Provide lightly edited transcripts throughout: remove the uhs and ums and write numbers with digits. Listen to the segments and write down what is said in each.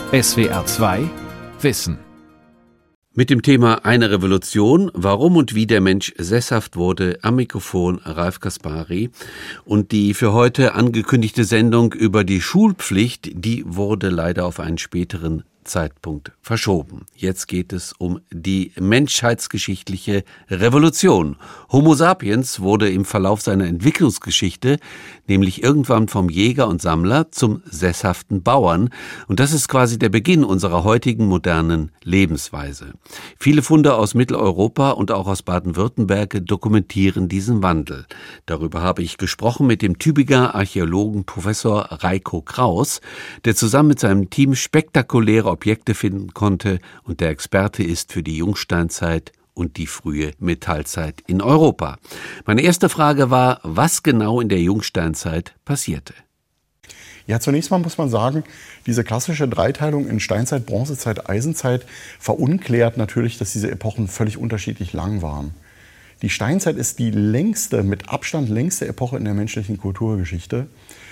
SWR 2 Wissen. Mit dem Thema Eine Revolution, warum und wie der Mensch sesshaft wurde, am Mikrofon Ralf Kaspari. Und die für heute angekündigte Sendung über die Schulpflicht, die wurde leider auf einen späteren Zeitpunkt verschoben. Jetzt geht es um die menschheitsgeschichtliche Revolution. Homo sapiens wurde im Verlauf seiner Entwicklungsgeschichte nämlich irgendwann vom Jäger und Sammler zum sesshaften Bauern. Und das ist quasi der Beginn unserer heutigen modernen Lebensweise. Viele Funde aus Mitteleuropa und auch aus Baden-Württemberg dokumentieren diesen Wandel. Darüber habe ich gesprochen mit dem Tübinger Archäologen Professor Reiko Kraus, der zusammen mit seinem Team spektakuläre Objekte finden konnte und der Experte ist für die Jungsteinzeit und die frühe Metallzeit in Europa. Meine erste Frage war, was genau in der Jungsteinzeit passierte. Ja, zunächst mal muss man sagen, diese klassische Dreiteilung in Steinzeit, Bronzezeit, Eisenzeit verunklärt natürlich, dass diese Epochen völlig unterschiedlich lang waren. Die Steinzeit ist die längste, mit Abstand längste Epoche in der menschlichen Kulturgeschichte.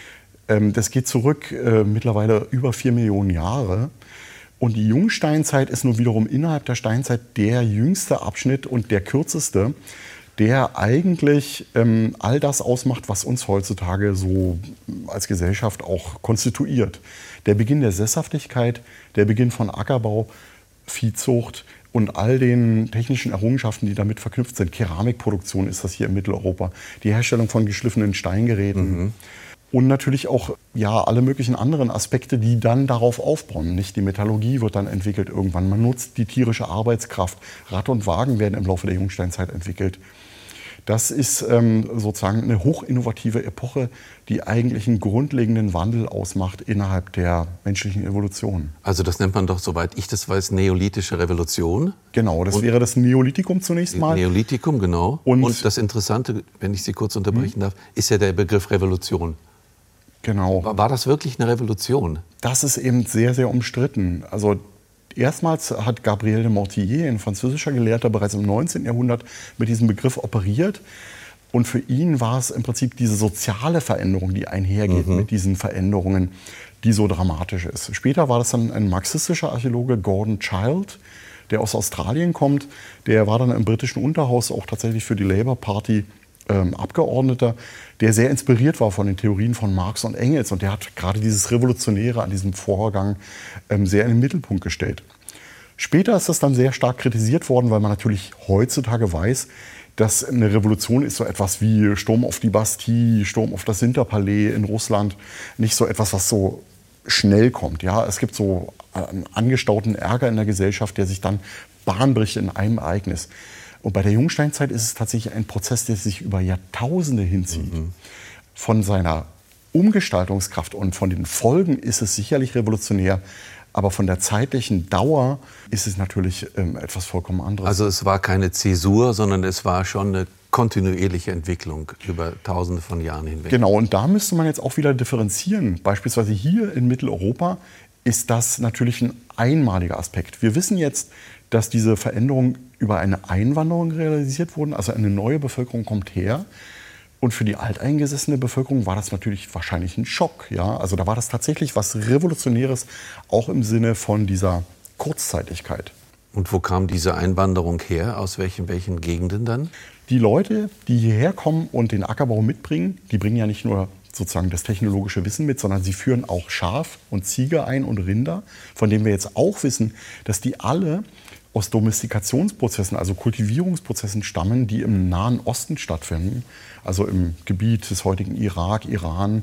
Das geht zurück mittlerweile über 4 Millionen Jahre. Und die Jungsteinzeit ist nun wiederum innerhalb der Steinzeit der jüngste Abschnitt und der kürzeste, der eigentlich all das ausmacht, was uns heutzutage so als Gesellschaft auch konstituiert. Der Beginn der Sesshaftigkeit, der Beginn von Ackerbau, Viehzucht und all den technischen Errungenschaften, die damit verknüpft sind. Keramikproduktion ist das hier in Mitteleuropa, die Herstellung von geschliffenen Steingeräten. Und natürlich auch alle möglichen anderen Aspekte, die dann darauf aufbauen. Nicht? Die Metallurgie wird dann entwickelt irgendwann. Man nutzt die tierische Arbeitskraft. Rad und Wagen werden im Laufe der Jungsteinzeit entwickelt. Das ist sozusagen eine hochinnovative Epoche, die eigentlich einen grundlegenden Wandel ausmacht innerhalb der menschlichen Evolution. Also das nennt man doch, soweit ich das weiß, neolithische Revolution. Genau, das wäre das Neolithikum zunächst mal. Neolithikum, genau. Und das Interessante, wenn ich Sie kurz unterbrechen darf, ist ja der Begriff Revolution. Genau. War das wirklich eine Revolution? Das ist eben sehr, sehr umstritten. Also erstmals hat Gabriel de Mortillet, ein französischer Gelehrter, bereits im 19. Jahrhundert mit diesem Begriff operiert. Und für ihn war es im Prinzip diese soziale Veränderung, die einhergeht mit diesen Veränderungen, die so dramatisch ist. Später war das dann ein marxistischer Archäologe, Gordon Childe, der aus Australien kommt. Der war dann im britischen Unterhaus auch tatsächlich für die Labour Party Abgeordneter, der sehr inspiriert war von den Theorien von Marx und Engels. Und der hat gerade dieses Revolutionäre an diesem Vorgang sehr in den Mittelpunkt gestellt. Später ist das dann sehr stark kritisiert worden, weil man natürlich heutzutage weiß, dass eine Revolution ist so etwas wie Sturm auf die Bastille, Sturm auf das Sinterpalais in Russland. Nicht so etwas, was so schnell kommt. Ja, es gibt so einen angestauten Ärger in der Gesellschaft, der sich dann Bahn bricht in einem Ereignis. Und bei der Jungsteinzeit ist es tatsächlich ein Prozess, der sich über Jahrtausende hinzieht. Von seiner Umgestaltungskraft und von den Folgen ist es sicherlich revolutionär, aber von der zeitlichen Dauer ist es natürlich etwas vollkommen anderes. Also es war keine Zäsur, sondern es war schon eine kontinuierliche Entwicklung über Tausende von Jahren hinweg. Genau, und da müsste man jetzt auch wieder differenzieren. Beispielsweise hier in Mitteleuropa ist das natürlich ein einmaliger Aspekt. Wir wissen jetzt, dass diese Veränderungen über eine Einwanderung realisiert wurden. Also eine neue Bevölkerung kommt her. Und für die alteingesessene Bevölkerung war das natürlich wahrscheinlich ein Schock. Ja? Also da war das tatsächlich was Revolutionäres, auch im Sinne von dieser Kurzzeitigkeit. Und wo kam diese Einwanderung her? Aus welchen Gegenden dann? Die Leute, die hierher kommen und den Ackerbau mitbringen, die bringen ja nicht nur sozusagen das technologische Wissen mit, sondern sie führen auch Schaf und Ziege ein und Rinder, von denen wir jetzt auch wissen, dass die alle aus Domestikationsprozessen, also Kultivierungsprozessen stammen, die im Nahen Osten stattfinden, also im Gebiet des heutigen Irak, Iran,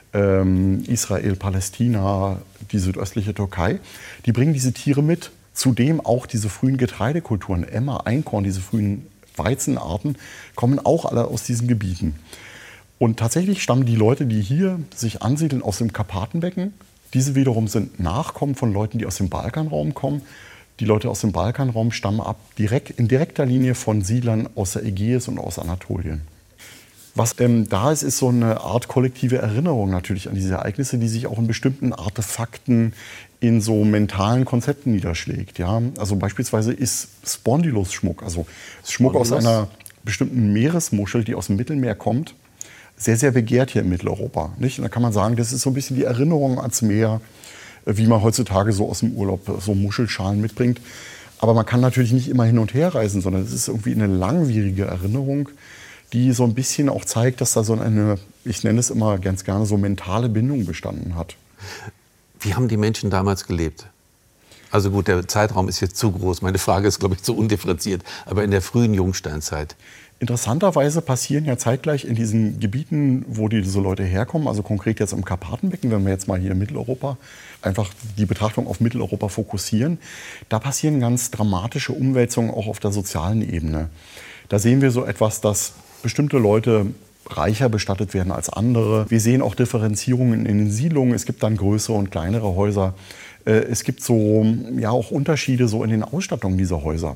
Israel, Palästina, die südöstliche Türkei. Die bringen diese Tiere mit, zudem auch diese frühen Getreidekulturen, Emmer, Einkorn, diese frühen Weizenarten, kommen auch alle aus diesen Gebieten. Und tatsächlich stammen die Leute, die hier sich ansiedeln, aus dem Karpatenbecken. Diese wiederum sind Nachkommen von Leuten, die aus dem Balkanraum kommen. Die Leute aus dem Balkanraum stammen in direkter Linie von Siedlern aus der Ägäis und aus Anatolien. Was da ist, ist so eine Art kollektive Erinnerung natürlich an diese Ereignisse, die sich auch in bestimmten Artefakten, in so mentalen Konzepten niederschlägt. Ja? Also beispielsweise ist Spondylus-Schmuck, also Schmuck aus einer bestimmten Meeresmuschel, die aus dem Mittelmeer kommt, sehr, sehr begehrt hier in Mitteleuropa. Nicht? Und da kann man sagen, das ist so ein bisschen die Erinnerung ans Meer, wie man heutzutage so aus dem Urlaub so Muschelschalen mitbringt. Aber man kann natürlich nicht immer hin und her reisen, sondern es ist irgendwie eine langwierige Erinnerung, die so ein bisschen auch zeigt, dass da so eine, ich nenne es immer ganz gerne, so mentale Bindung bestanden hat. Wie haben die Menschen damals gelebt? Also gut, der Zeitraum ist jetzt zu groß. Meine Frage ist, glaube ich, zu undifferenziert. Aber in der frühen Jungsteinzeit. Interessanterweise passieren ja zeitgleich in diesen Gebieten, wo diese Leute herkommen, also konkret jetzt im Karpatenbecken, wenn wir jetzt mal hier in Mitteleuropa einfach die Betrachtung auf Mitteleuropa fokussieren, da passieren ganz dramatische Umwälzungen auch auf der sozialen Ebene. Da sehen wir so etwas, dass bestimmte Leute reicher bestattet werden als andere. Wir sehen auch Differenzierungen in den Siedlungen. Es gibt dann größere und kleinere Häuser. Es gibt so, ja, auch Unterschiede so in den Ausstattungen dieser Häuser.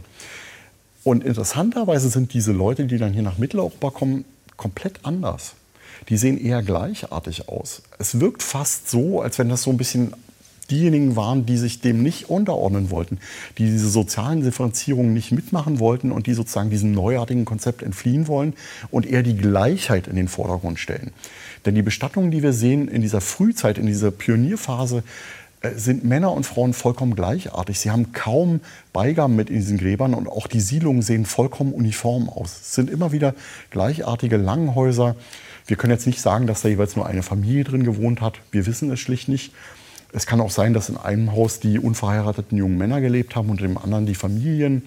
Und interessanterweise sind diese Leute, die dann hier nach Mitteleuropa kommen, komplett anders. Die sehen eher gleichartig aus. Es wirkt fast so, als wenn das so ein bisschen diejenigen waren, die sich dem nicht unterordnen wollten, die diese sozialen Differenzierungen nicht mitmachen wollten und die sozusagen diesem neuartigen Konzept entfliehen wollen und eher die Gleichheit in den Vordergrund stellen. Denn die Bestattungen, die wir sehen in dieser Frühzeit, in dieser Pionierphase, sind Männer und Frauen vollkommen gleichartig. Sie haben kaum Beigaben mit in diesen Gräbern und auch die Siedlungen sehen vollkommen uniform aus. Es sind immer wieder gleichartige Langhäuser. Wir können jetzt nicht sagen, dass da jeweils nur eine Familie drin gewohnt hat. Wir wissen es schlicht nicht. Es kann auch sein, dass in einem Haus die unverheirateten jungen Männer gelebt haben und in dem anderen die Familien.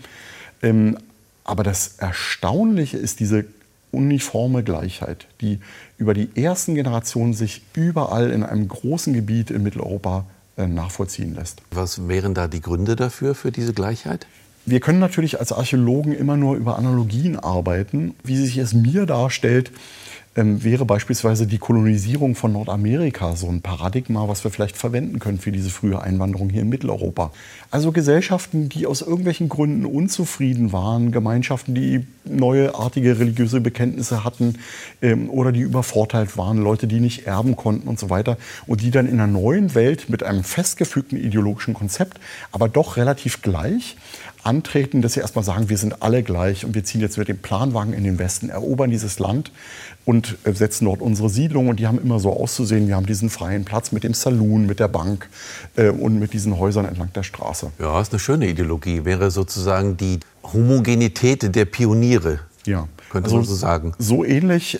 Aber das Erstaunliche ist diese uniforme Gleichheit, die über die ersten Generationen sich überall in einem großen Gebiet in Mitteleuropa nachvollziehen lässt. Was wären da die Gründe dafür, für diese Gleichheit? Wir können natürlich als Archäologen immer nur über Analogien arbeiten. Wie sich es mir darstellt, wäre beispielsweise die Kolonisierung von Nordamerika so ein Paradigma, was wir vielleicht verwenden können für diese frühe Einwanderung hier in Mitteleuropa. Also Gesellschaften, die aus irgendwelchen Gründen unzufrieden waren, Gemeinschaften, die neuartige religiöse Bekenntnisse hatten oder die übervorteilt waren, Leute, die nicht erben konnten und so weiter und die dann in einer neuen Welt mit einem festgefügten ideologischen Konzept, aber doch relativ gleich antreten, dass sie erstmal sagen, wir sind alle gleich und wir ziehen jetzt mit dem Planwagen in den Westen, erobern dieses Land und setzen dort unsere Siedlung. Und die haben immer so auszusehen, wir haben diesen freien Platz mit dem Saloon, mit der Bank und mit diesen Häusern entlang der Straße. Ja, ist eine schöne Ideologie. Wäre sozusagen die Homogenität der Pioniere, ja, könnte man so sagen. So ähnlich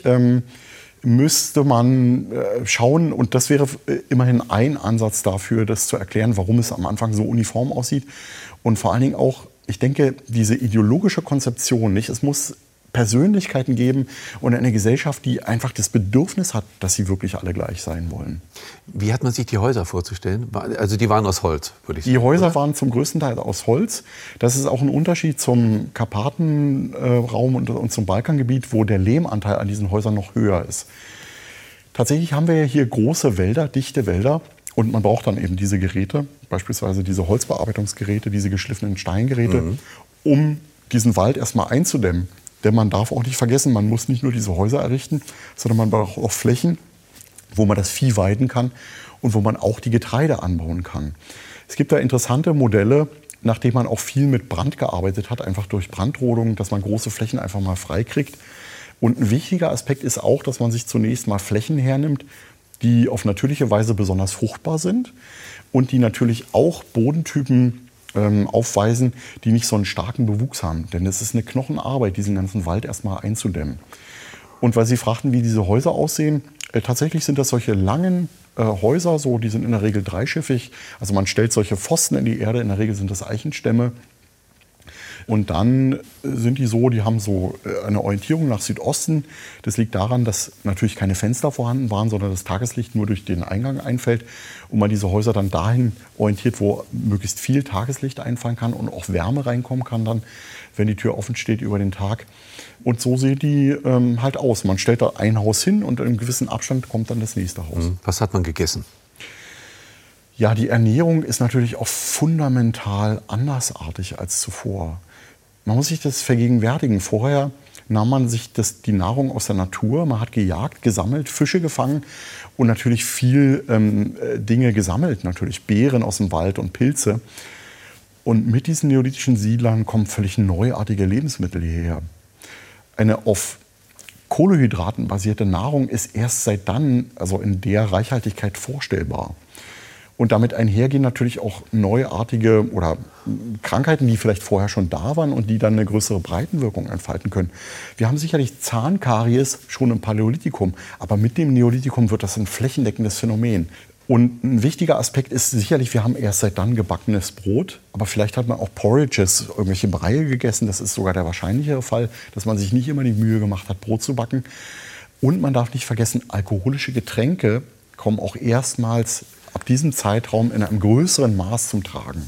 müsste man schauen, und das wäre immerhin ein Ansatz dafür, das zu erklären, warum es am Anfang so uniform aussieht. Und vor allen Dingen auch, ich denke, diese ideologische Konzeption, nicht? Es muss Persönlichkeiten geben und eine Gesellschaft, die einfach das Bedürfnis hat, dass sie wirklich alle gleich sein wollen. Wie hat man sich die Häuser vorzustellen? Also die waren aus Holz, würde ich sagen. Die Häuser waren zum größten Teil aus Holz. Das ist auch ein Unterschied zum Karpatenraum und zum Balkangebiet, wo der Lehmanteil an diesen Häusern noch höher ist. Tatsächlich haben wir ja hier große Wälder, dichte Wälder. Und man braucht dann eben diese Geräte, beispielsweise diese Holzbearbeitungsgeräte, diese geschliffenen Steingeräte, um diesen Wald erstmal einzudämmen. Denn man darf auch nicht vergessen, man muss nicht nur diese Häuser errichten, sondern man braucht auch Flächen, wo man das Vieh weiden kann und wo man auch die Getreide anbauen kann. Es gibt da interessante Modelle, nachdem man auch viel mit Brand gearbeitet hat, einfach durch Brandrodung, dass man große Flächen einfach mal freikriegt. Und ein wichtiger Aspekt ist auch, dass man sich zunächst mal Flächen hernimmt, die auf natürliche Weise besonders fruchtbar sind und die natürlich auch Bodentypen aufweisen, die nicht so einen starken Bewuchs haben. Denn es ist eine Knochenarbeit, diesen ganzen Wald erstmal einzudämmen. Und weil Sie fragten, wie diese Häuser aussehen, tatsächlich sind das solche langen Häuser, so, die sind in der Regel dreischiffig. Also man stellt solche Pfosten in die Erde, in der Regel sind das Eichenstämme. Und dann sind die so, die haben so eine Orientierung nach Südosten. Das liegt daran, dass natürlich keine Fenster vorhanden waren, sondern das Tageslicht nur durch den Eingang einfällt. Und man diese Häuser dann dahin orientiert, wo möglichst viel Tageslicht einfallen kann und auch Wärme reinkommen kann dann, wenn die Tür offen steht über den Tag. Und so sehen die halt aus. Man stellt da ein Haus hin und in einem gewissen Abstand kommt dann das nächste Haus. Was hat man gegessen? Ja, die Ernährung ist natürlich auch fundamental andersartig als zuvor. Man muss sich das vergegenwärtigen. Vorher nahm man sich die Nahrung aus der Natur, man hat gejagt, gesammelt, Fische gefangen und natürlich viel Dinge gesammelt, natürlich Beeren aus dem Wald und Pilze. Und mit diesen neolithischen Siedlern kommen völlig neuartige Lebensmittel hierher. Eine auf Kohlenhydraten basierte Nahrung ist erst seit dann, also in der Reichhaltigkeit, vorstellbar. Und damit einhergehen natürlich auch neuartige oder Krankheiten, die vielleicht vorher schon da waren und die dann eine größere Breitenwirkung entfalten können. Wir haben sicherlich Zahnkaries schon im Paläolithikum, aber mit dem Neolithikum wird das ein flächendeckendes Phänomen. Und ein wichtiger Aspekt ist sicherlich, wir haben erst seit dann gebackenes Brot, aber vielleicht hat man auch Porridges, irgendwelche Breie gegessen. Das ist sogar der wahrscheinlichere Fall, dass man sich nicht immer die Mühe gemacht hat, Brot zu backen. Und man darf nicht vergessen, alkoholische Getränke kommen auch erstmals ab diesem Zeitraum in einem größeren Maß zum Tragen.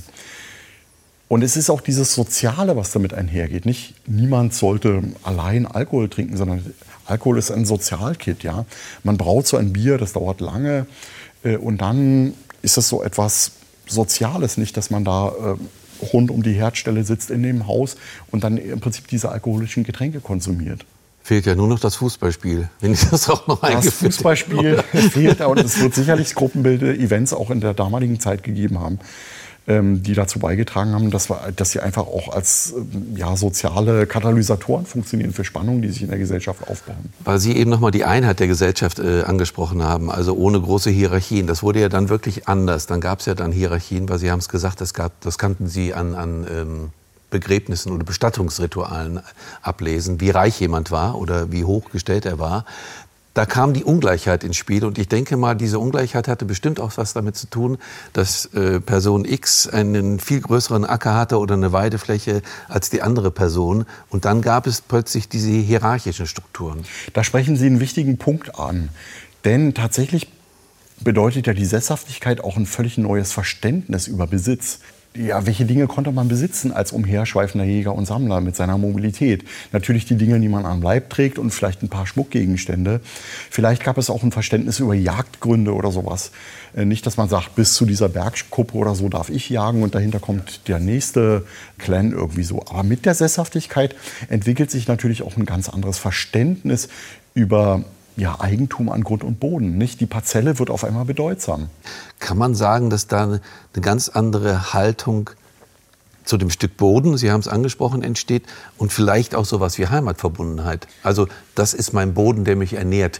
Und es ist auch dieses Soziale, was damit einhergeht. Niemand sollte allein Alkohol trinken, sondern Alkohol ist ein Sozialkit. Ja? Man braut so ein Bier, das dauert lange. Und dann ist es so etwas Soziales, nicht, dass man da rund um die Herdstelle sitzt in dem Haus und dann im Prinzip diese alkoholischen Getränke konsumiert. Fehlt ja nur noch das Fußballspiel, wenn ich das auch noch eingeführt habe. Das Fußballspiel fehlt, und es wird sicherlich Gruppenbilde-Events auch in der damaligen Zeit gegeben haben, die dazu beigetragen haben, dass sie einfach auch als soziale Katalysatoren funktionieren für Spannungen, die sich in der Gesellschaft aufbauen. Weil Sie eben nochmal die Einheit der Gesellschaft angesprochen haben, also ohne große Hierarchien. Das wurde ja dann wirklich anders. Dann gab es ja dann Hierarchien, weil Sie haben es gesagt, das kannten Sie an Begräbnissen oder Bestattungsritualen ablesen, wie reich jemand war oder wie hochgestellt er war. Da kam die Ungleichheit ins Spiel und ich denke mal, diese Ungleichheit hatte bestimmt auch was damit zu tun, dass Person X einen viel größeren Acker hatte oder eine Weidefläche als die andere Person und dann gab es plötzlich diese hierarchischen Strukturen. Da sprechen Sie einen wichtigen Punkt an, denn tatsächlich bedeutet ja die Sesshaftigkeit auch ein völlig neues Verständnis über Besitz. Ja, welche Dinge konnte man besitzen als umherschweifender Jäger und Sammler mit seiner Mobilität? Natürlich die Dinge, die man am Leib trägt und vielleicht ein paar Schmuckgegenstände. Vielleicht gab es auch ein Verständnis über Jagdgründe oder sowas. Nicht, dass man sagt, bis zu dieser Bergkuppe oder so darf ich jagen und dahinter kommt der nächste Clan irgendwie so. Aber mit der Sesshaftigkeit entwickelt sich natürlich auch ein ganz anderes Verständnis über Eigentum an Grund und Boden. Nicht? Die Parzelle wird auf einmal bedeutsam. Kann man sagen, dass da eine ganz andere Haltung zu dem Stück Boden, Sie haben es angesprochen, entsteht und vielleicht auch sowas wie Heimatverbundenheit? Also das ist mein Boden, der mich ernährt.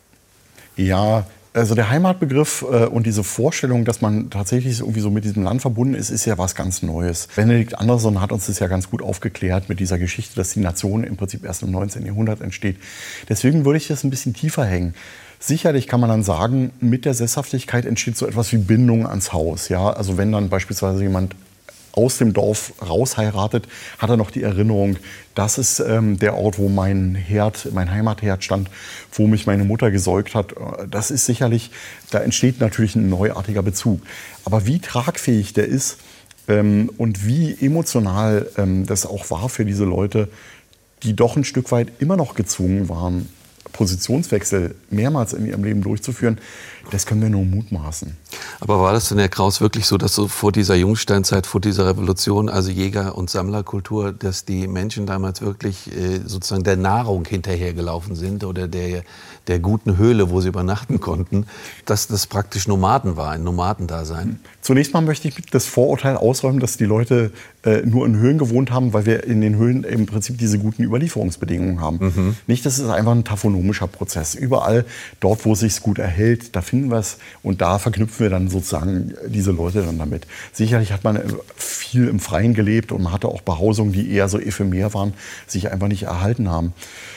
Ja, also der Heimatbegriff und diese Vorstellung, dass man tatsächlich irgendwie so mit diesem Land verbunden ist, ist ja was ganz Neues. Benedikt Andersson hat uns das ja ganz gut aufgeklärt mit dieser Geschichte, dass die Nation im Prinzip erst im 19. Jahrhundert entsteht. Deswegen würde ich das ein bisschen tiefer hängen. Sicherlich kann man dann sagen, mit der Sesshaftigkeit entsteht so etwas wie Bindung ans Haus. Ja? Also wenn dann beispielsweise jemand aus dem Dorf raus heiratet, hat er noch die Erinnerung, das ist der Ort, wo mein Heimatherd stand, wo mich meine Mutter gesäugt hat. Das ist sicherlich, da entsteht natürlich ein neuartiger Bezug. Aber wie tragfähig der ist und wie emotional das auch war für diese Leute, die doch ein Stück weit immer noch gezwungen waren, Positionswechsel mehrmals in ihrem Leben durchzuführen, das können wir nur mutmaßen. Aber war das denn, Herr Kraus, wirklich so, dass so vor dieser Jungsteinzeit, vor dieser Revolution, also Jäger- und Sammlerkultur, dass die Menschen damals wirklich sozusagen der Nahrung hinterhergelaufen sind oder der guten Höhle, wo sie übernachten konnten, dass das praktisch Nomaden war, ein Nomadendasein? Zunächst mal möchte ich das Vorurteil ausräumen, dass die Leute nur in Höhlen gewohnt haben, weil wir in den Höhlen im Prinzip diese guten Überlieferungsbedingungen haben. Nicht, das ist einfach ein taphonomischer Prozess. Überall dort, wo es sich gut erhält, da finden wir es und da verknüpfen wir dann sozusagen diese Leute dann damit. Sicherlich hat man viel im Freien gelebt und man hatte auch Behausungen, die eher so ephemer waren, sich einfach nicht erhalten haben.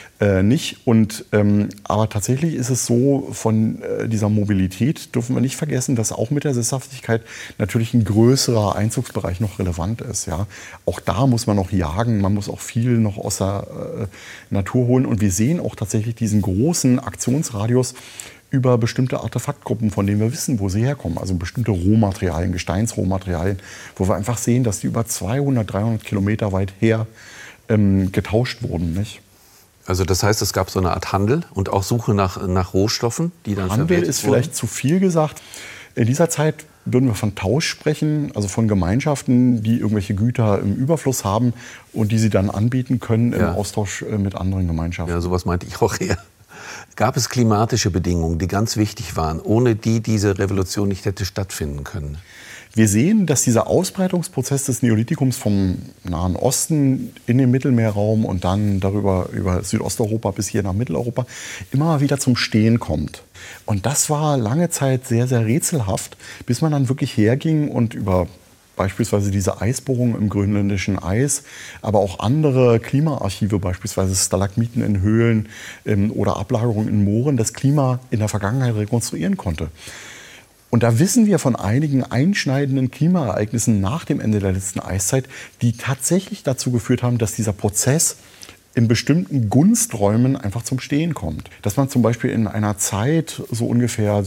Aber tatsächlich ist es so, von dieser Mobilität dürfen wir nicht vergessen, dass auch mit der Sesshaftigkeit natürlich ein größerer Einzugsbereich noch relevant ist. Ja? Auch da muss man noch jagen, man muss auch viel noch aus der Natur holen. Und wir sehen auch tatsächlich diesen großen Aktionsradius über bestimmte Artefaktgruppen, von denen wir wissen, wo sie herkommen. Also bestimmte Rohmaterialien, Gesteinsrohmaterialien, wo wir einfach sehen, dass die über 200, 300 Kilometer weit her getauscht wurden. Nicht? Also das heißt, es gab so eine Art Handel und auch Suche nach Rohstoffen, die dann verwertet wurden? Handel ist vielleicht zu viel gesagt. In dieser Zeit würden wir von Tausch sprechen, also von Gemeinschaften, die irgendwelche Güter im Überfluss haben und die sie dann anbieten können im Austausch mit anderen Gemeinschaften. Ja, sowas meinte ich auch eher. Gab es klimatische Bedingungen, die ganz wichtig waren, ohne die diese Revolution nicht hätte stattfinden können? Wir sehen, dass dieser Ausbreitungsprozess des Neolithikums vom Nahen Osten in den Mittelmeerraum und dann darüber über Südosteuropa bis hier nach Mitteleuropa immer mal wieder zum Stehen kommt. Und das war lange Zeit sehr, sehr rätselhaft, bis man dann wirklich herging und über beispielsweise diese Eisbohrungen im grönländischen Eis, aber auch andere Klimaarchive, beispielsweise Stalagmiten in Höhlen oder Ablagerungen in Mooren, das Klima in der Vergangenheit rekonstruieren konnte. Und da wissen wir von einigen einschneidenden Klimaereignissen nach dem Ende der letzten Eiszeit, die tatsächlich dazu geführt haben, dass dieser Prozess in bestimmten Gunsträumen einfach zum Stehen kommt. Dass man zum Beispiel in einer Zeit, so ungefähr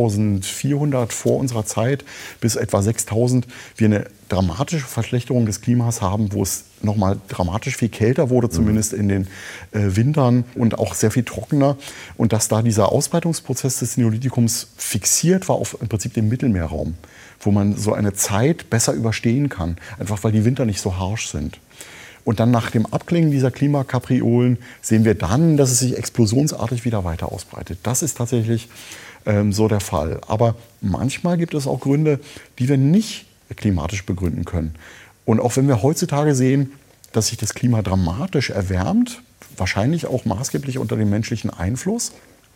6400 vor unserer Zeit bis etwa 6000, wir eine dramatische Verschlechterung des Klimas haben, wo es nochmal dramatisch viel kälter wurde, zumindest in den Wintern und auch sehr viel trockener. Und dass da dieser Ausbreitungsprozess des Neolithikums fixiert war auf im Prinzip den Mittelmeerraum, wo man so eine Zeit besser überstehen kann, einfach weil die Winter nicht so harsch sind. Und dann nach dem Abklingen dieser Klimakapriolen sehen wir dann, dass es sich explosionsartig wieder weiter ausbreitet. Das ist tatsächlich so der Fall. Aber manchmal gibt es auch Gründe, die wir nicht klimatisch begründen können. Und auch wenn wir heutzutage sehen, dass sich das Klima dramatisch erwärmt, wahrscheinlich auch maßgeblich unter dem menschlichen Einfluss,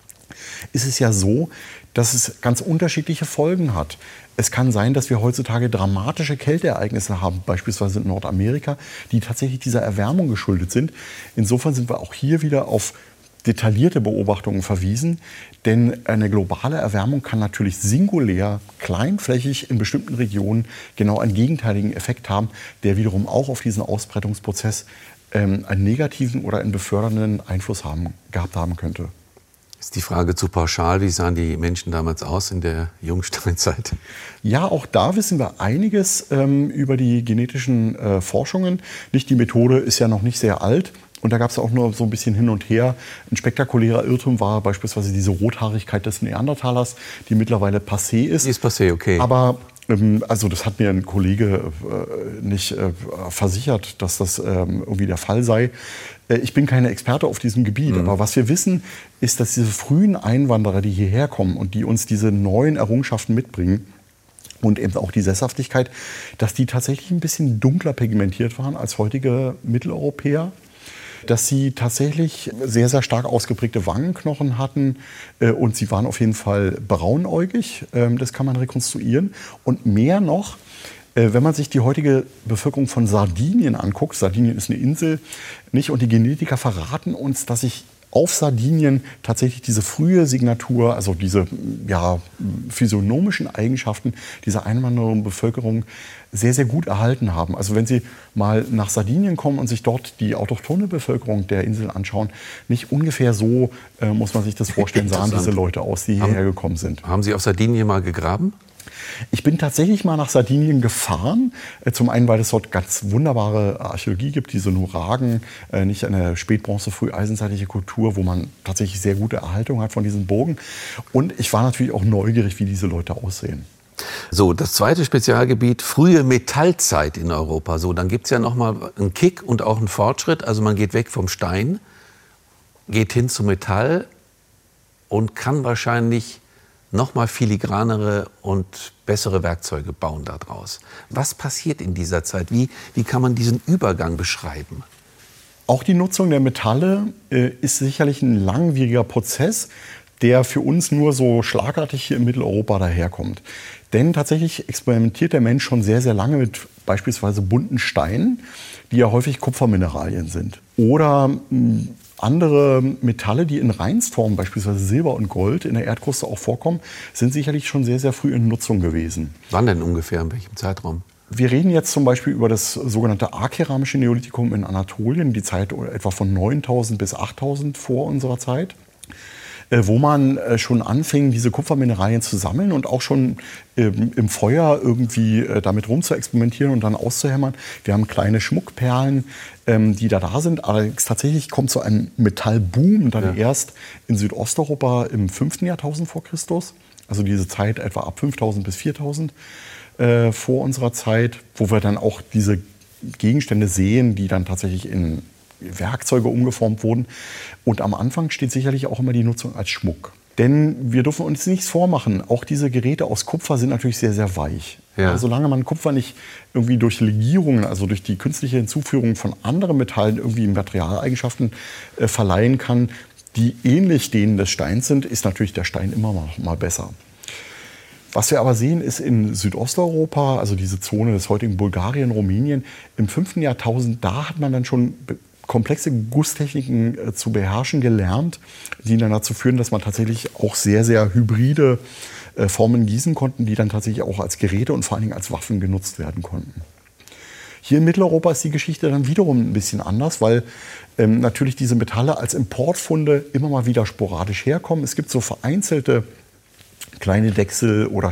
ist es ja so, dass es ganz unterschiedliche Folgen hat. Es kann sein, dass wir heutzutage dramatische Kälteereignisse haben, beispielsweise in Nordamerika, die tatsächlich dieser Erwärmung geschuldet sind. Insofern sind wir auch hier wieder auf detaillierte Beobachtungen verwiesen, denn eine globale Erwärmung kann natürlich singulär, kleinflächig in bestimmten Regionen genau einen gegenteiligen Effekt haben, der wiederum auch auf diesen Ausbreitungsprozess einen negativen oder einen befördernden Einfluss gehabt haben könnte. Ist die Frage zu pauschal, wie sahen die Menschen damals aus in der Jungsteinzeit? Ja, auch da wissen wir einiges über die genetischen Forschungen. Die Methode ist ja noch nicht sehr alt. Und da gab es auch nur so ein bisschen hin und her. Ein spektakulärer Irrtum war beispielsweise diese Rothaarigkeit des Neandertalers, die mittlerweile passé ist. Die ist passé, okay. Aber also das hat mir ein Kollege nicht versichert, dass das irgendwie der Fall sei. Ich bin keine Experte auf diesem Gebiet, aber was wir wissen, ist, dass diese frühen Einwanderer, die hierher kommen und die uns diese neuen Errungenschaften mitbringen, und eben auch die Sesshaftigkeit, dass die tatsächlich ein bisschen dunkler pigmentiert waren als heutige Mitteleuropäer. Dass sie tatsächlich sehr, sehr stark ausgeprägte Wangenknochen hatten und sie waren auf jeden Fall braunäugig, das kann man rekonstruieren. Und mehr noch, wenn man sich die heutige Bevölkerung von Sardinien anguckt, Sardinien ist eine Insel, nicht? Und die Genetiker verraten uns, dass sich auf Sardinien tatsächlich diese frühe Signatur, also diese physiognomischen Eigenschaften dieser einwandernden Bevölkerung sehr, sehr gut erhalten haben. Also wenn Sie mal nach Sardinien kommen und sich dort die autochthone Bevölkerung der Insel anschauen, nicht ungefähr so, muss man sich das vorstellen, sahen diese Leute aus, die hierher gekommen sind. Haben Sie auf Sardinien mal gegraben? Ich bin tatsächlich mal nach Sardinien gefahren. Zum einen, weil es dort ganz wunderbare Archäologie gibt, diese Nuragen, nicht eine Spätbronze-, früheisenzeitliche Kultur, wo man tatsächlich sehr gute Erhaltung hat von diesen Burgen. Und ich war natürlich auch neugierig, wie diese Leute aussehen. So, das zweite Spezialgebiet, frühe Metallzeit in Europa. So, dann gibt es ja noch mal einen Kick und auch einen Fortschritt. Also man geht weg vom Stein, geht hin zum Metall und kann wahrscheinlich noch mal filigranere und bessere Werkzeuge bauen daraus. Was passiert in dieser Zeit? Wie kann man diesen Übergang beschreiben? Auch die Nutzung der Metalle ist sicherlich ein langwieriger Prozess, der für uns nur so schlagartig hier in Mitteleuropa daherkommt. Denn tatsächlich experimentiert der Mensch schon sehr, sehr lange mit beispielsweise bunten Steinen, die ja häufig Kupfermineralien sind. Oder andere Metalle, die in Reinform, beispielsweise Silber und Gold, in der Erdkruste auch vorkommen, sind sicherlich schon sehr, sehr früh in Nutzung gewesen. Wann denn ungefähr, in welchem Zeitraum? Wir reden jetzt zum Beispiel über das sogenannte akeramische Neolithikum in Anatolien, die Zeit etwa von 9000 bis 8000 vor unserer Zeit, wo man schon anfing, diese Kupfermineralien zu sammeln und auch schon im Feuer irgendwie damit rum zu experimentieren und dann auszuhämmern. Wir haben kleine Schmuckperlen, die da sind. Allerdings tatsächlich kommt so ein Metallboom dann erst in Südosteuropa im 5. Jahrtausend vor Christus. Also diese Zeit etwa ab 5000 bis 4000 vor unserer Zeit, wo wir dann auch diese Gegenstände sehen, die dann tatsächlich in Werkzeuge umgeformt wurden. Und am Anfang steht sicherlich auch immer die Nutzung als Schmuck. Denn wir dürfen uns nichts vormachen. Auch diese Geräte aus Kupfer sind natürlich sehr, sehr weich. Ja. Also solange man Kupfer nicht irgendwie durch Legierungen, also durch die künstliche Hinzuführung von anderen Metallen irgendwie Materialeigenschaften verleihen kann, die ähnlich denen des Steins sind, ist natürlich der Stein immer mal besser. Was wir aber sehen, ist in Südosteuropa, also diese Zone des heutigen Bulgarien, Rumänien, im 5. Jahrtausend, da hat man dann schon komplexe Gusstechniken zu beherrschen gelernt, die dann dazu führen, dass man tatsächlich auch sehr, sehr hybride Formen gießen konnten, die dann tatsächlich auch als Geräte und vor allen Dingen als Waffen genutzt werden konnten. Hier in Mitteleuropa ist die Geschichte dann wiederum ein bisschen anders, weil natürlich diese Metalle als Importfunde immer mal wieder sporadisch herkommen. Es gibt so vereinzelte kleine Dechsel oder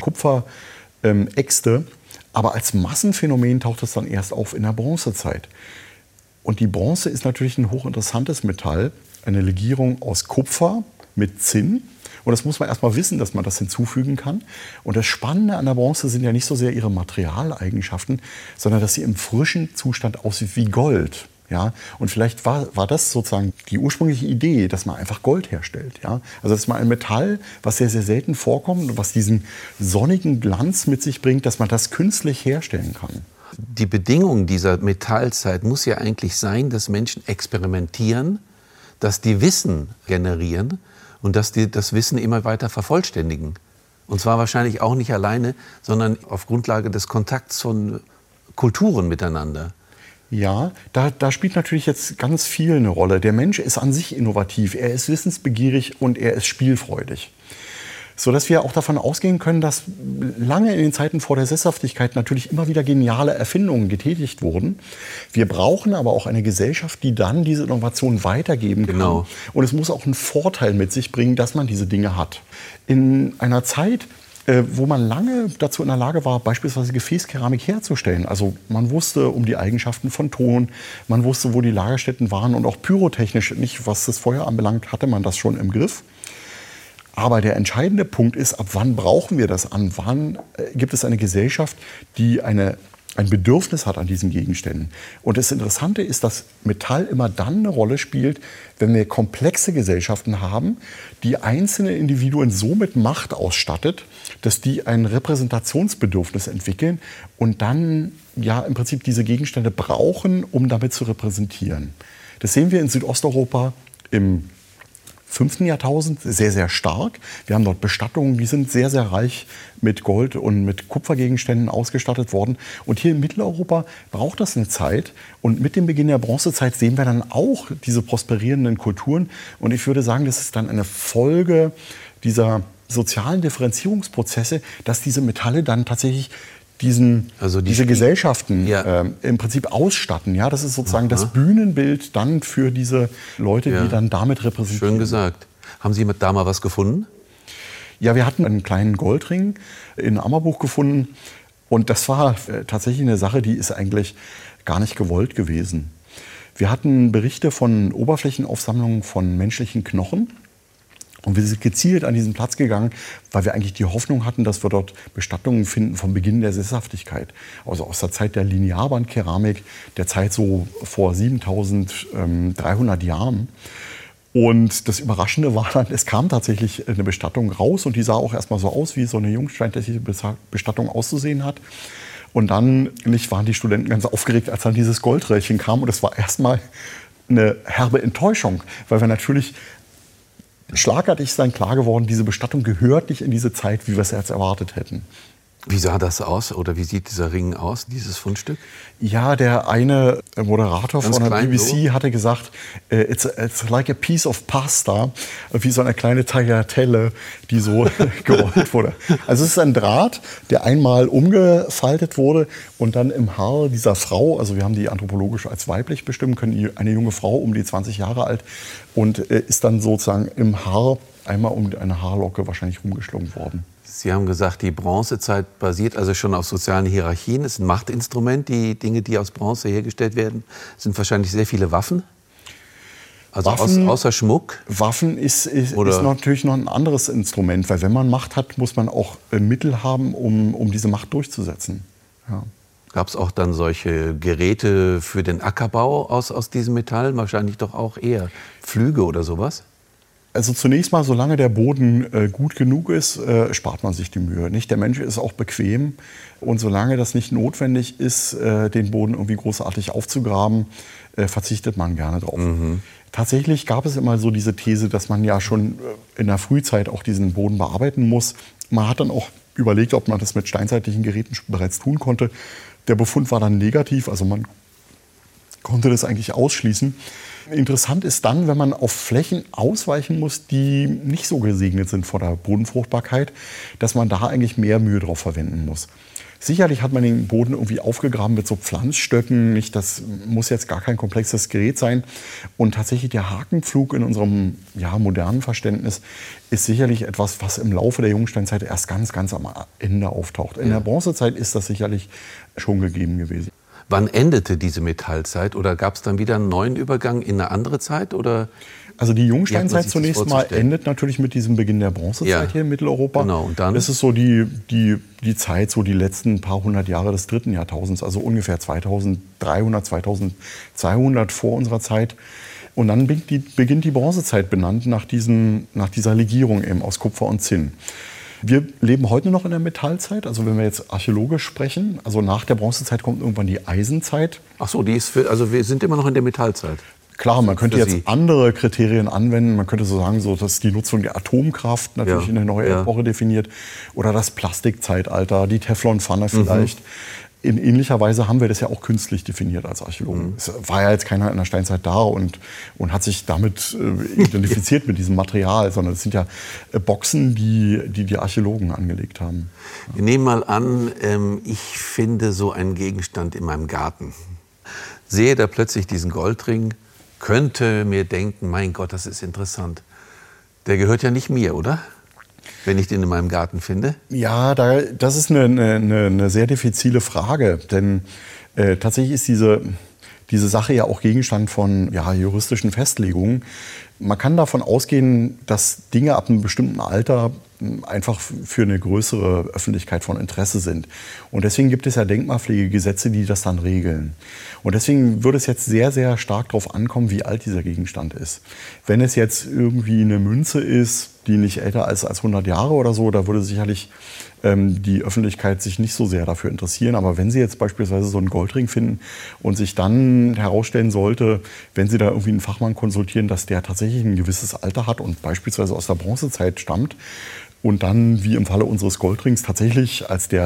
Kupferäxte, aber als Massenphänomen taucht es dann erst auf in der Bronzezeit. Und die Bronze ist natürlich ein hochinteressantes Metall, eine Legierung aus Kupfer mit Zinn. Und das muss man erst mal wissen, dass man das hinzufügen kann. Und das Spannende an der Bronze sind ja nicht so sehr ihre Materialeigenschaften, sondern dass sie im frischen Zustand aussieht wie Gold. Ja? Und vielleicht war das sozusagen die ursprüngliche Idee, dass man einfach Gold herstellt. Ja? Also dass man ein Metall, was sehr, sehr selten vorkommt und was diesen sonnigen Glanz mit sich bringt, dass man das künstlich herstellen kann. Die Bedingung dieser Metallzeit muss ja eigentlich sein, dass Menschen experimentieren, dass die Wissen generieren und dass die das Wissen immer weiter vervollständigen. Und zwar wahrscheinlich auch nicht alleine, sondern auf Grundlage des Kontakts von Kulturen miteinander. Ja, da spielt natürlich jetzt ganz viel eine Rolle. Der Mensch ist an sich innovativ, er ist wissensbegierig und er ist spielfreudig. Sodass wir auch davon ausgehen können, dass lange in den Zeiten vor der Sesshaftigkeit natürlich immer wieder geniale Erfindungen getätigt wurden. Wir brauchen aber auch eine Gesellschaft, die dann diese Innovation weitergeben kann. Genau. Und es muss auch einen Vorteil mit sich bringen, dass man diese Dinge hat. In einer Zeit, wo man lange dazu in der Lage war, beispielsweise Gefäßkeramik herzustellen. Also man wusste um die Eigenschaften von Ton, man wusste, wo die Lagerstätten waren und auch pyrotechnisch, nicht was das Feuer anbelangt, hatte man das schon im Griff. Aber der entscheidende Punkt ist, ab wann brauchen wir das? An wann gibt es eine Gesellschaft, die ein Bedürfnis hat an diesen Gegenständen? Und das Interessante ist, dass Metall immer dann eine Rolle spielt, wenn wir komplexe Gesellschaften haben, die einzelne Individuen so mit Macht ausstattet, dass die ein Repräsentationsbedürfnis entwickeln und dann ja im Prinzip diese Gegenstände brauchen, um damit zu repräsentieren. Das sehen wir in Südosteuropa im 5. Jahrtausend sehr, sehr stark. Wir haben dort Bestattungen, die sind sehr, sehr reich mit Gold und mit Kupfergegenständen ausgestattet worden. Und hier in Mitteleuropa braucht das eine Zeit. Und mit dem Beginn der Bronzezeit sehen wir dann auch diese prosperierenden Kulturen. Und ich würde sagen, das ist dann eine Folge dieser sozialen Differenzierungsprozesse, dass diese Metalle dann tatsächlich diese Gesellschaften im Prinzip ausstatten. Ja, das ist sozusagen das Bühnenbild dann für diese Leute, die dann damit repräsentieren. Schön gesagt. Haben Sie da mal was gefunden? Ja, wir hatten einen kleinen Goldring in Ammerbuch gefunden. Und das war tatsächlich eine Sache, die ist eigentlich gar nicht gewollt gewesen. Wir hatten Berichte von Oberflächenaufsammlungen von menschlichen Knochen. Und wir sind gezielt an diesen Platz gegangen, weil wir eigentlich die Hoffnung hatten, dass wir dort Bestattungen finden vom Beginn der Sesshaftigkeit. Also aus der Zeit der Linearbandkeramik, der Zeit so vor 7300 Jahren. Und das Überraschende war dann, es kam tatsächlich eine Bestattung raus und die sah auch erstmal so aus, wie so eine jungsteinliche Bestattung auszusehen hat. Und dann waren die Studenten ganz aufgeregt, als dann dieses Goldrailchen kam. Und es war erstmal eine herbe Enttäuschung, weil wir natürlich schlagartig ist dann klar geworden, diese Bestattung gehört nicht in diese Zeit, wie wir es jetzt erwartet hätten. Wie sah das aus oder wie sieht dieser Ring aus, dieses Fundstück? Ja, der eine Moderator von der BBC hatte gesagt, it's like a piece of pasta, wie so eine kleine Tagliatelle, die so gerollt wurde. Also es ist ein Draht, der einmal umgefaltet wurde und dann im Haar dieser Frau, also wir haben die anthropologisch als weiblich bestimmen können, eine junge Frau um die 20 Jahre alt und ist dann sozusagen im Haar einmal um eine Haarlocke wahrscheinlich rumgeschlungen worden. Sie haben gesagt, die Bronzezeit basiert also schon auf sozialen Hierarchien. Es ist ein Machtinstrument. Die Dinge, die aus Bronze hergestellt werden, sind wahrscheinlich sehr viele Waffen. Also außer Schmuck. Waffen ist natürlich noch ein anderes Instrument. Weil wenn man Macht hat, muss man auch Mittel haben, um diese Macht durchzusetzen. Ja. Gab es auch dann solche Geräte für den Ackerbau aus diesem Metall? Wahrscheinlich doch auch eher Pflüge oder sowas? Also zunächst mal, solange der Boden gut genug ist, spart man sich die Mühe. Nicht? Der Mensch ist auch bequem. Und solange das nicht notwendig ist, den Boden irgendwie großartig aufzugraben, verzichtet man gerne drauf. Tatsächlich gab es immer so diese These, dass man ja schon in der Frühzeit auch diesen Boden bearbeiten muss. Man hat dann auch überlegt, ob man das mit steinzeitlichen Geräten bereits tun konnte. Der Befund war dann negativ, also man konnte das eigentlich ausschließen. Interessant ist dann, wenn man auf Flächen ausweichen muss, die nicht so gesegnet sind vor der Bodenfruchtbarkeit, dass man da eigentlich mehr Mühe drauf verwenden muss. Sicherlich hat man den Boden irgendwie aufgegraben mit so Pflanzstöcken. Das muss jetzt gar kein komplexes Gerät sein. Und tatsächlich der Hakenpflug in unserem modernen Verständnis ist sicherlich etwas, was im Laufe der Jungsteinzeit erst ganz, ganz am Ende auftaucht. In der Bronzezeit ist das sicherlich schon gegeben gewesen. Wann endete diese Metallzeit oder gab es dann wieder einen neuen Übergang in eine andere Zeit? Oder? Also die Jungsteinzeit zunächst mal endet natürlich mit diesem Beginn der Bronzezeit hier in Mitteleuropa. Genau, und dann? Das ist so die Zeit, so die letzten paar hundert Jahre des 3. Jahrtausends, also ungefähr 2300, 2200 vor unserer Zeit. Und dann beginnt die Bronzezeit, benannt nach dieser Legierung eben aus Kupfer und Zinn. Wir leben heute noch in der Metallzeit, also wenn wir jetzt archäologisch sprechen, also nach der Bronzezeit kommt irgendwann die Eisenzeit. Ach so, also wir sind immer noch in der Metallzeit. Klar, man könnte jetzt andere Kriterien anwenden. Man könnte so sagen, dass die Nutzung der Atomkraft natürlich in eine neue Epoche definiert. Oder das Plastikzeitalter, die Teflonpfanne vielleicht. In ähnlicher Weise haben wir das ja auch künstlich definiert als Archäologen. Es war ja jetzt keiner in der Steinzeit da und hat sich damit identifiziert mit diesem Material, sondern es sind ja Boxen, die Archäologen angelegt haben. Wir nehmen mal an, ich finde so einen Gegenstand in meinem Garten. Sehe da plötzlich diesen Goldring, könnte mir denken, mein Gott, das ist interessant. Der gehört ja nicht mir, oder? Wenn ich den in meinem Garten finde? Ja, das ist eine sehr diffizile Frage. Denn tatsächlich ist diese Sache ja auch Gegenstand von juristischen Festlegungen. Man kann davon ausgehen, dass Dinge ab einem bestimmten Alter einfach für eine größere Öffentlichkeit von Interesse sind. Und deswegen gibt es ja Denkmalpflegegesetze, die das dann regeln. Und deswegen würde es jetzt sehr, sehr stark darauf ankommen, wie alt dieser Gegenstand ist. Wenn es jetzt irgendwie eine Münze ist, die nicht älter als 100 Jahre oder so, da würde sicherlich die Öffentlichkeit sich nicht so sehr dafür interessieren. Aber wenn Sie jetzt beispielsweise so einen Goldring finden und sich dann herausstellen sollte, wenn Sie da irgendwie einen Fachmann konsultieren, dass der tatsächlich ein gewisses Alter hat und beispielsweise aus der Bronzezeit stammt und dann, wie im Falle unseres Goldrings, tatsächlich als der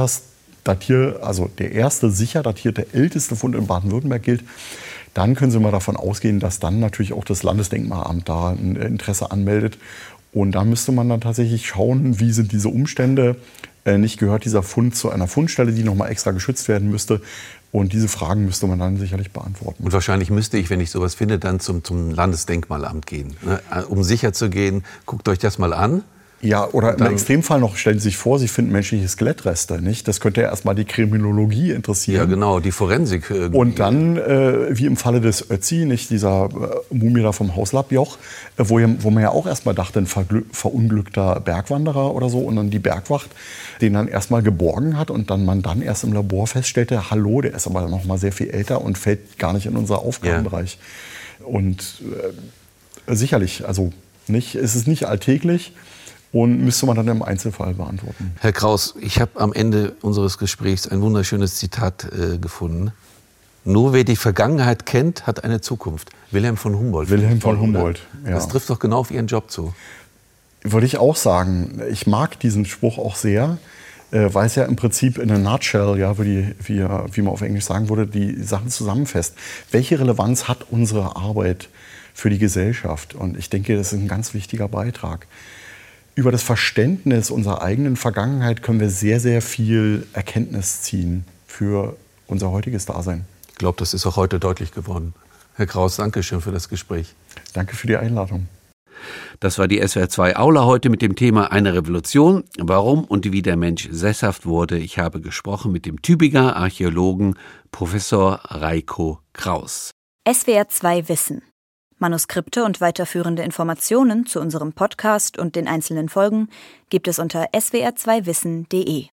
der erste sicher datierte älteste Fund in Baden-Württemberg gilt, dann können Sie mal davon ausgehen, dass dann natürlich auch das Landesdenkmalamt da ein Interesse anmeldet. Und da müsste man dann tatsächlich schauen, wie sind diese Umstände. Nicht gehört dieser Fund zu einer Fundstelle, die nochmal extra geschützt werden müsste. Und diese Fragen müsste man dann sicherlich beantworten. Und wahrscheinlich müsste ich, wenn ich sowas finde, dann zum Landesdenkmalamt gehen. Ne? Um sicher zu gehen, guckt euch das mal an. Ja, oder im Extremfall noch, stellen Sie sich vor, Sie finden menschliche Skelettreste, nicht? Das könnte ja erstmal die Kriminologie interessieren. Ja, genau, die Forensik. Irgendwie. Und dann, wie im Falle des Ötzi, nicht dieser Mumie da vom Hauslappjoch, wo man ja auch erstmal dachte, ein verunglückter Bergwanderer oder so, und dann die Bergwacht den dann erstmal geborgen hat und dann man dann erst im Labor feststellte, hallo, der ist aber noch mal sehr viel älter und fällt gar nicht in unser Aufgabenbereich. Ja. Und sicherlich, also es ist nicht alltäglich. Und müsste man dann im Einzelfall beantworten. Herr Kraus, ich habe am Ende unseres Gesprächs ein wunderschönes Zitat gefunden. Nur wer die Vergangenheit kennt, hat eine Zukunft. Wilhelm von Humboldt. Wilhelm von Humboldt, ja. Das trifft doch genau auf Ihren Job zu. Würde ich auch sagen. Ich mag diesen Spruch auch sehr, weil es ja im Prinzip in a nutshell, ja, wie man auf Englisch sagen würde, die Sachen zusammenfasst. Welche Relevanz hat unsere Arbeit für die Gesellschaft? Und ich denke, das ist ein ganz wichtiger Beitrag. Über das Verständnis unserer eigenen Vergangenheit können wir sehr, sehr viel Erkenntnis ziehen für unser heutiges Dasein. Ich glaube, das ist auch heute deutlich geworden. Herr Kraus, danke schön für das Gespräch. Danke für die Einladung. Das war die SWR2 Aula heute mit dem Thema Eine Revolution, warum und wie der Mensch sesshaft wurde. Ich habe gesprochen mit dem Tübinger Archäologen Professor Reiko Kraus. SWR2 Wissen. Manuskripte und weiterführende Informationen zu unserem Podcast und den einzelnen Folgen gibt es unter swr2wissen.de.